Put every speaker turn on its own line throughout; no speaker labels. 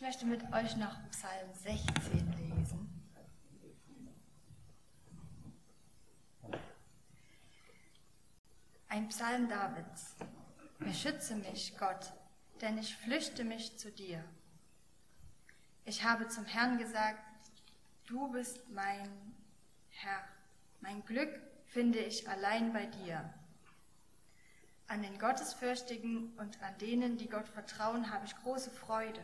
möchte mit euch noch Psalm 16 lesen. Ein Psalm Davids. Beschütze mich, Gott, denn ich flüchte mich zu dir. Ich habe zum Herrn gesagt, du bist mein Herr. Mein Glück finde ich allein bei dir. An den Gottesfürchtigen und an denen, die Gott vertrauen, habe ich große Freude.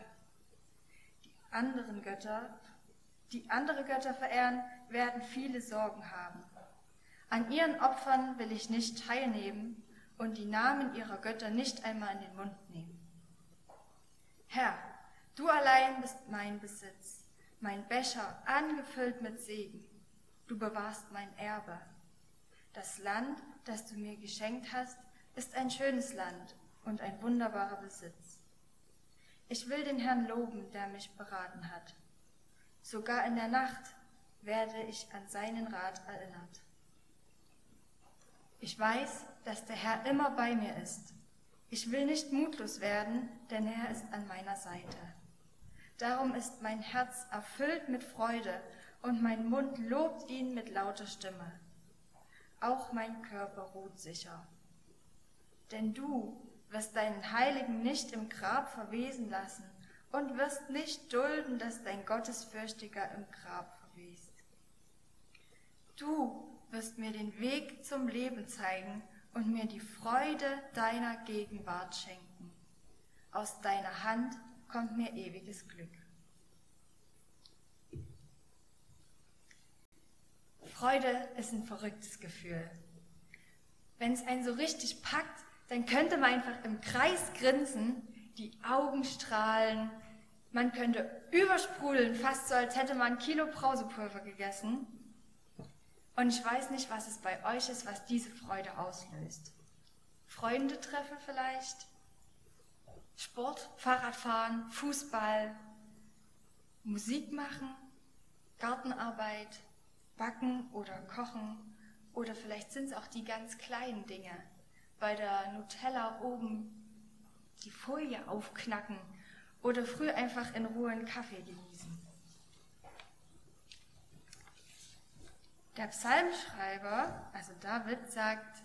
Die andere Götter verehren, werden viele Sorgen haben. An ihren Opfern will ich nicht teilnehmen und die Namen ihrer Götter nicht einmal in den Mund nehmen. Herr, du allein bist mein Besitz, mein Becher angefüllt mit Segen. Du bewahrst mein Erbe. Das Land, das du mir geschenkt hast, ist ein schönes Land und ein wunderbarer Besitz. Ich will den Herrn loben, der mich beraten hat. Sogar in der Nacht werde ich an seinen Rat erinnert. Ich weiß, dass der Herr immer bei mir ist. Ich will nicht mutlos werden, denn er ist an meiner Seite. Darum ist mein Herz erfüllt mit Freude und mein Mund lobt ihn mit lauter Stimme. Auch mein Körper ruht sicher. Denn du wirst deinen Heiligen nicht im Grab verwesen lassen und wirst nicht dulden, dass dein Gottesfürchtiger im Grab verwest. Du wirst mir den Weg zum Leben zeigen und mir die Freude deiner Gegenwart schenken. Aus deiner Hand kommt mir ewiges Glück. Freude ist ein verrücktes Gefühl. Wenn es einen so richtig packt, dann könnte man einfach im Kreis grinsen, die Augen strahlen, man könnte übersprudeln, fast so, als hätte man 1 Kilo Brausepulver gegessen. Und ich weiß nicht, was es bei euch ist, was diese Freude auslöst. Freunde treffen vielleicht, Sport, Fahrradfahren, Fußball, Musik machen, Gartenarbeit, backen oder kochen oder vielleicht sind es auch die ganz kleinen Dinge. Bei der Nutella oben die Folie aufknacken oder früh einfach in Ruhe einen Kaffee genießen. Der Psalmschreiber, also David, sagt,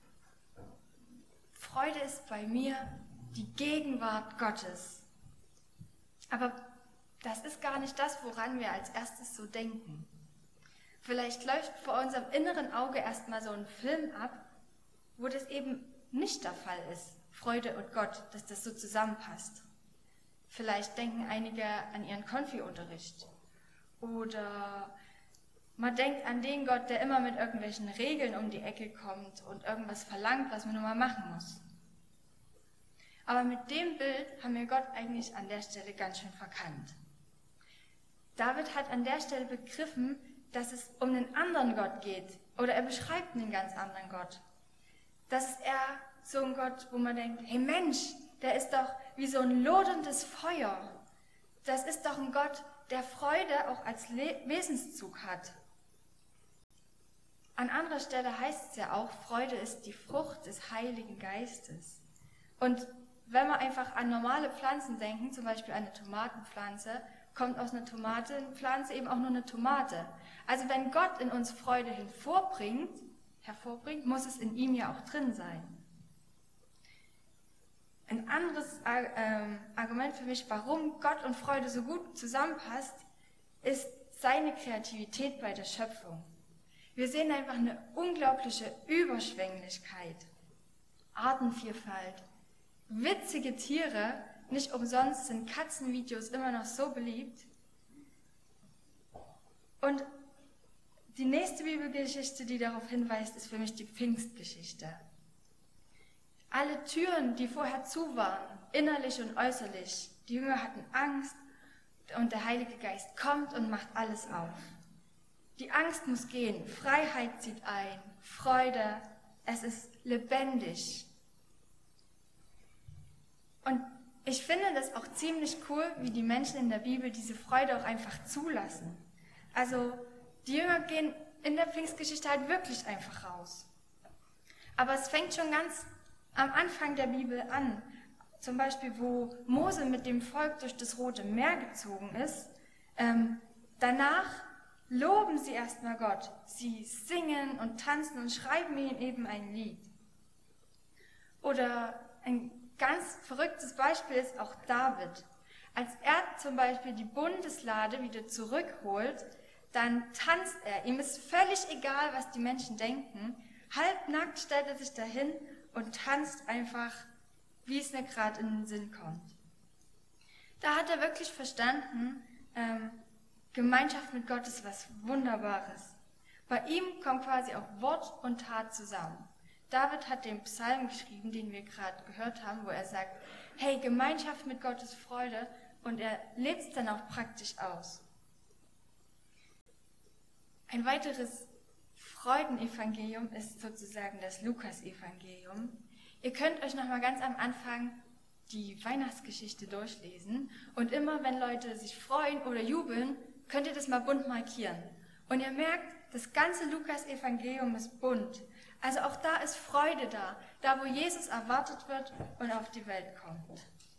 Freude ist bei mir die Gegenwart Gottes. Aber das ist gar nicht das, woran wir als erstes so denken. Vielleicht läuft vor unserem inneren Auge erstmal so ein Film ab, wo das eben nicht der Fall ist, Freude und Gott, dass das so zusammenpasst. Vielleicht denken einige an ihren Konfi-Unterricht oder man denkt an den Gott, der immer mit irgendwelchen Regeln um die Ecke kommt und irgendwas verlangt, was man nur mal machen muss. Aber mit dem Bild haben wir Gott eigentlich an der Stelle ganz schön verkannt. David hat an der Stelle begriffen, dass es um einen anderen Gott geht oder er beschreibt einen ganz anderen Gott. Das ist eher so ein Gott, wo man denkt, hey Mensch, der ist doch wie so ein loderndes Feuer. Das ist doch ein Gott, der Freude auch als Wesenszug hat. An anderer Stelle heißt es ja auch, Freude ist die Frucht des Heiligen Geistes. Und wenn wir einfach an normale Pflanzen denken, zum Beispiel eine Tomatenpflanze, kommt aus einer Tomatenpflanze eben auch nur eine Tomate. Also wenn Gott in uns Freude hervorbringt, muss es in ihm ja auch drin sein. Ein anderes Argument für mich, warum Gott und Freude so gut zusammenpasst, ist seine Kreativität bei der Schöpfung. Wir sehen einfach eine unglaubliche Überschwänglichkeit, Artenvielfalt, witzige Tiere. Nicht umsonst sind Katzenvideos immer noch so beliebt. Und die nächste Bibelgeschichte, die darauf hinweist, ist für mich die Pfingstgeschichte. Alle Türen, die vorher zu waren, innerlich und äußerlich, die Jünger hatten Angst und der Heilige Geist kommt und macht alles auf. Die Angst muss gehen, Freiheit zieht ein, Freude, es ist lebendig. Und ich finde das auch ziemlich cool, wie die Menschen in der Bibel diese Freude auch einfach zulassen. Also die Jünger gehen in der Pfingstgeschichte halt wirklich einfach raus. Aber es fängt schon ganz am Anfang der Bibel an. zum Beispiel, wo Mose mit dem Volk durch das Rote Meer gezogen ist, danach loben sie erstmal Gott. Sie singen und tanzen und schreiben ihm eben ein Lied. Oder ein ganz verrücktes Beispiel ist auch David. Als er zum Beispiel die Bundeslade wieder zurückholt, dann tanzt er. Ihm ist völlig egal, was die Menschen denken. Halbnackt stellt er sich dahin und tanzt einfach, wie es mir gerade in den Sinn kommt. Da hat er wirklich verstanden, Gemeinschaft mit Gott ist was Wunderbares. Bei ihm kommt quasi auch Wort und Tat zusammen. David hat den Psalm geschrieben, den wir gerade gehört haben, wo er sagt, hey, Gemeinschaft mit Gott ist Freude, und er lebt es dann auch praktisch aus. Ein weiteres Freudenevangelium ist sozusagen das Lukas-Evangelium. Ihr könnt euch nochmal ganz am Anfang die Weihnachtsgeschichte durchlesen und immer, wenn Leute sich freuen oder jubeln, könnt ihr das mal bunt markieren. Und ihr merkt, das ganze Lukas-Evangelium ist bunt. Also auch da ist Freude da wo Jesus erwartet wird und auf die Welt kommt.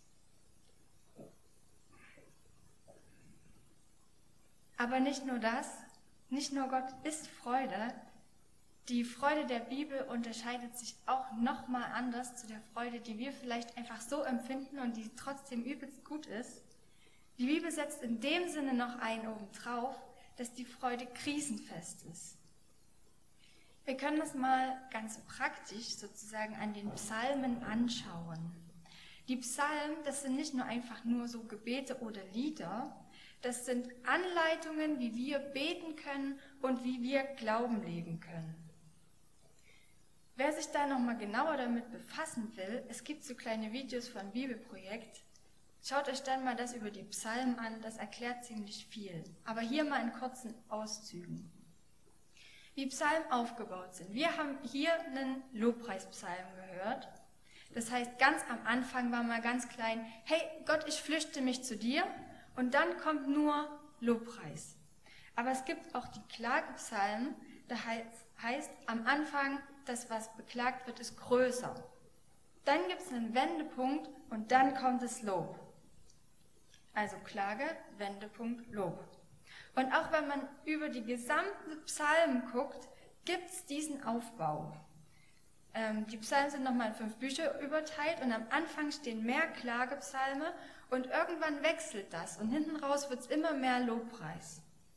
Aber nicht nur das, nicht nur Gott ist Freude, die Freude der Bibel unterscheidet sich auch nochmal anders zu der Freude, die wir vielleicht einfach so empfinden und die trotzdem übelst gut ist. Die Bibel setzt in dem Sinne noch einen obendrauf, dass die Freude krisenfest ist. Wir können das mal ganz praktisch sozusagen an den Psalmen anschauen. Die Psalmen, das sind nicht nur einfach nur so Gebete oder Lieder, das sind Anleitungen, wie wir beten können und wie wir Glauben leben können. Wer sich da nochmal genauer damit befassen will, es gibt so kleine Videos vom Bibelprojekt. Schaut euch dann mal das über die Psalmen an, das erklärt ziemlich viel. Aber hier mal in kurzen Auszügen. Wie Psalmen aufgebaut sind. Wir haben hier einen Lobpreispsalm gehört. Das heißt, ganz am Anfang war mal ganz klein, hey Gott, ich flüchte mich zu dir. Und dann kommt nur Lobpreis. Aber es gibt auch die Klagepsalmen, da heißt am Anfang, das, was beklagt wird, ist größer. Dann gibt es einen Wendepunkt und dann kommt das Lob. Also Klage, Wendepunkt, Lob. Und auch wenn man über die gesamten Psalmen guckt, gibt es diesen Aufbau. Die Psalmen sind nochmal in 5 Bücher überteilt und am Anfang stehen mehr Klagepsalme und irgendwann wechselt das und hinten raus wird es immer mehr Lobpreis.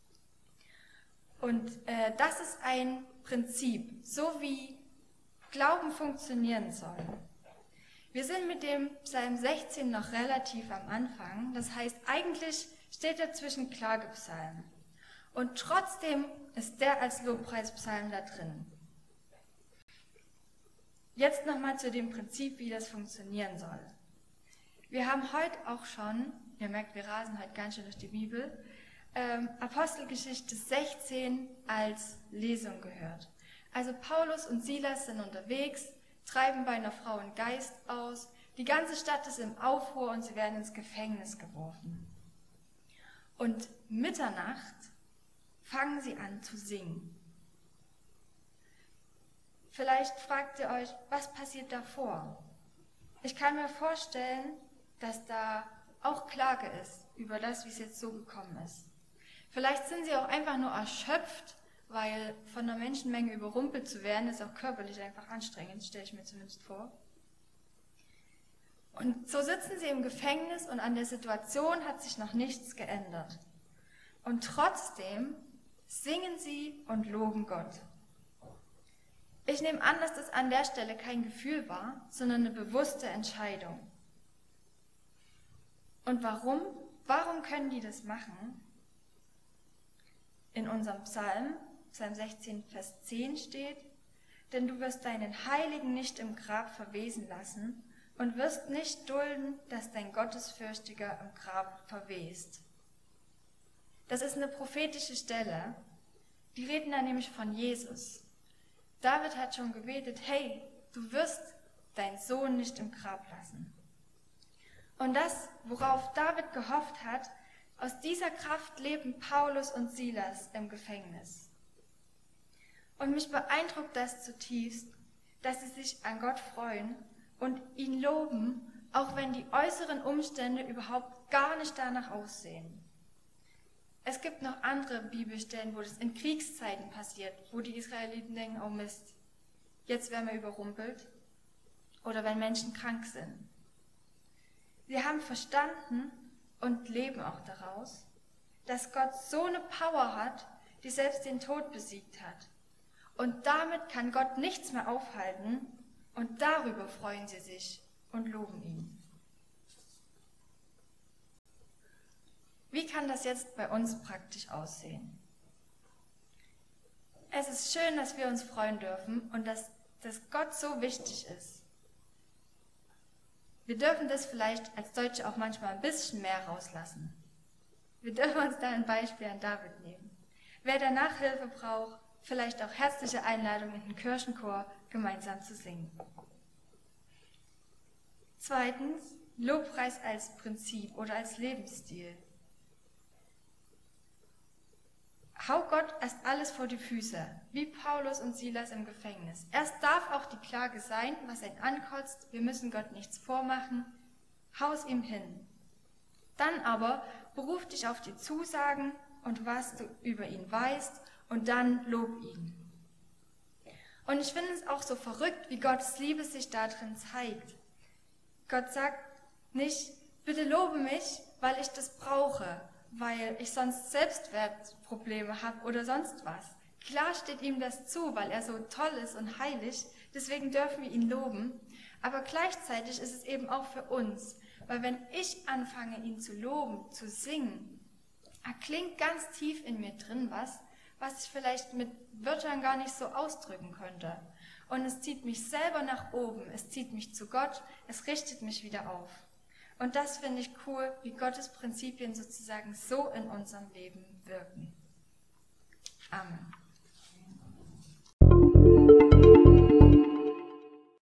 Und das ist ein Prinzip, so wie Glauben funktionieren soll. Wir sind mit dem Psalm 16 noch relativ am Anfang, das heißt eigentlich steht er zwischen Klagepsalmen und trotzdem ist der als Lobpreispsalm da drin. Jetzt nochmal zu dem Prinzip, wie das funktionieren soll. Wir haben heute auch schon, ihr merkt, wir rasen heute ganz schön durch die Bibel, Apostelgeschichte 16 als Lesung gehört. Also Paulus und Silas sind unterwegs, treiben bei einer Frau einen Geist aus, die ganze Stadt ist im Aufruhr und sie werden ins Gefängnis geworfen. Und Mitternacht fangen sie an zu singen. Vielleicht fragt ihr euch, was passiert davor? Ich kann mir vorstellen, dass da auch Klage ist über das, wie es jetzt so gekommen ist. Vielleicht sind sie auch einfach nur erschöpft, weil von der Menschenmenge überrumpelt zu werden, ist auch körperlich einfach anstrengend, stelle ich mir zumindest vor. Und so sitzen sie im Gefängnis und an der Situation hat sich noch nichts geändert. Und trotzdem singen sie und loben Gott. Ich nehme an, dass das an der Stelle kein Gefühl war, sondern eine bewusste Entscheidung. Und warum? Warum können die das machen? In unserem Psalm, Psalm 16, Vers 10 steht, denn du wirst deinen Heiligen nicht im Grab verwesen lassen und wirst nicht dulden, dass dein Gottesfürchtiger im Grab verwest. Das ist eine prophetische Stelle. Die reden da nämlich von Jesus. David hat schon gebetet, hey, du wirst deinen Sohn nicht im Grab lassen. Und das, worauf David gehofft hat, aus dieser Kraft leben Paulus und Silas im Gefängnis. Und mich beeindruckt das zutiefst, dass sie sich an Gott freuen und ihn loben auch wenn die äußeren Umstände überhaupt gar nicht danach aussehen. Es gibt noch andere Bibelstellen, wo das in Kriegszeiten passiert, wo die Israeliten denken, oh Mist, jetzt werden wir überrumpelt. Oder wenn Menschen krank sind. Sie haben verstanden und leben auch daraus, dass Gott so eine Power hat, die selbst den Tod besiegt hat. Und damit kann Gott nichts mehr aufhalten und darüber freuen sie sich und loben ihn. Wie kann das jetzt bei uns praktisch aussehen? Es ist schön, dass wir uns freuen dürfen und dass Gott so wichtig ist. Wir dürfen das vielleicht als Deutsche auch manchmal ein bisschen mehr rauslassen. Wir dürfen uns da ein Beispiel an David nehmen. Wer danach Hilfe braucht, vielleicht auch herzliche Einladung in den Kirchenchor, gemeinsam zu singen. Zweitens, Lobpreis als Prinzip oder als Lebensstil. Hau Gott erst alles vor die Füße, wie Paulus und Silas im Gefängnis. Erst darf auch die Klage sein, was ihn ankotzt, wir müssen Gott nichts vormachen, hau es ihm hin. Dann aber beruf dich auf die Zusagen und was du über ihn weißt und dann lob ihn. Und ich finde es auch so verrückt, wie Gottes Liebe sich darin zeigt. Gott sagt nicht, bitte lobe mich, weil ich das brauche, weil ich sonst Selbstwertprobleme habe oder sonst was. Klar steht ihm das zu, weil er so toll ist und heilig, deswegen dürfen wir ihn loben. Aber gleichzeitig ist es eben auch für uns, weil wenn ich anfange, ihn zu loben, zu singen, erklingt ganz tief in mir drin was ich vielleicht mit Wörtern gar nicht so ausdrücken könnte. Und es zieht mich selber nach oben, es zieht mich zu Gott, es richtet mich wieder auf. Und das finde ich cool, wie Gottes Prinzipien sozusagen so in unserem Leben wirken. Amen.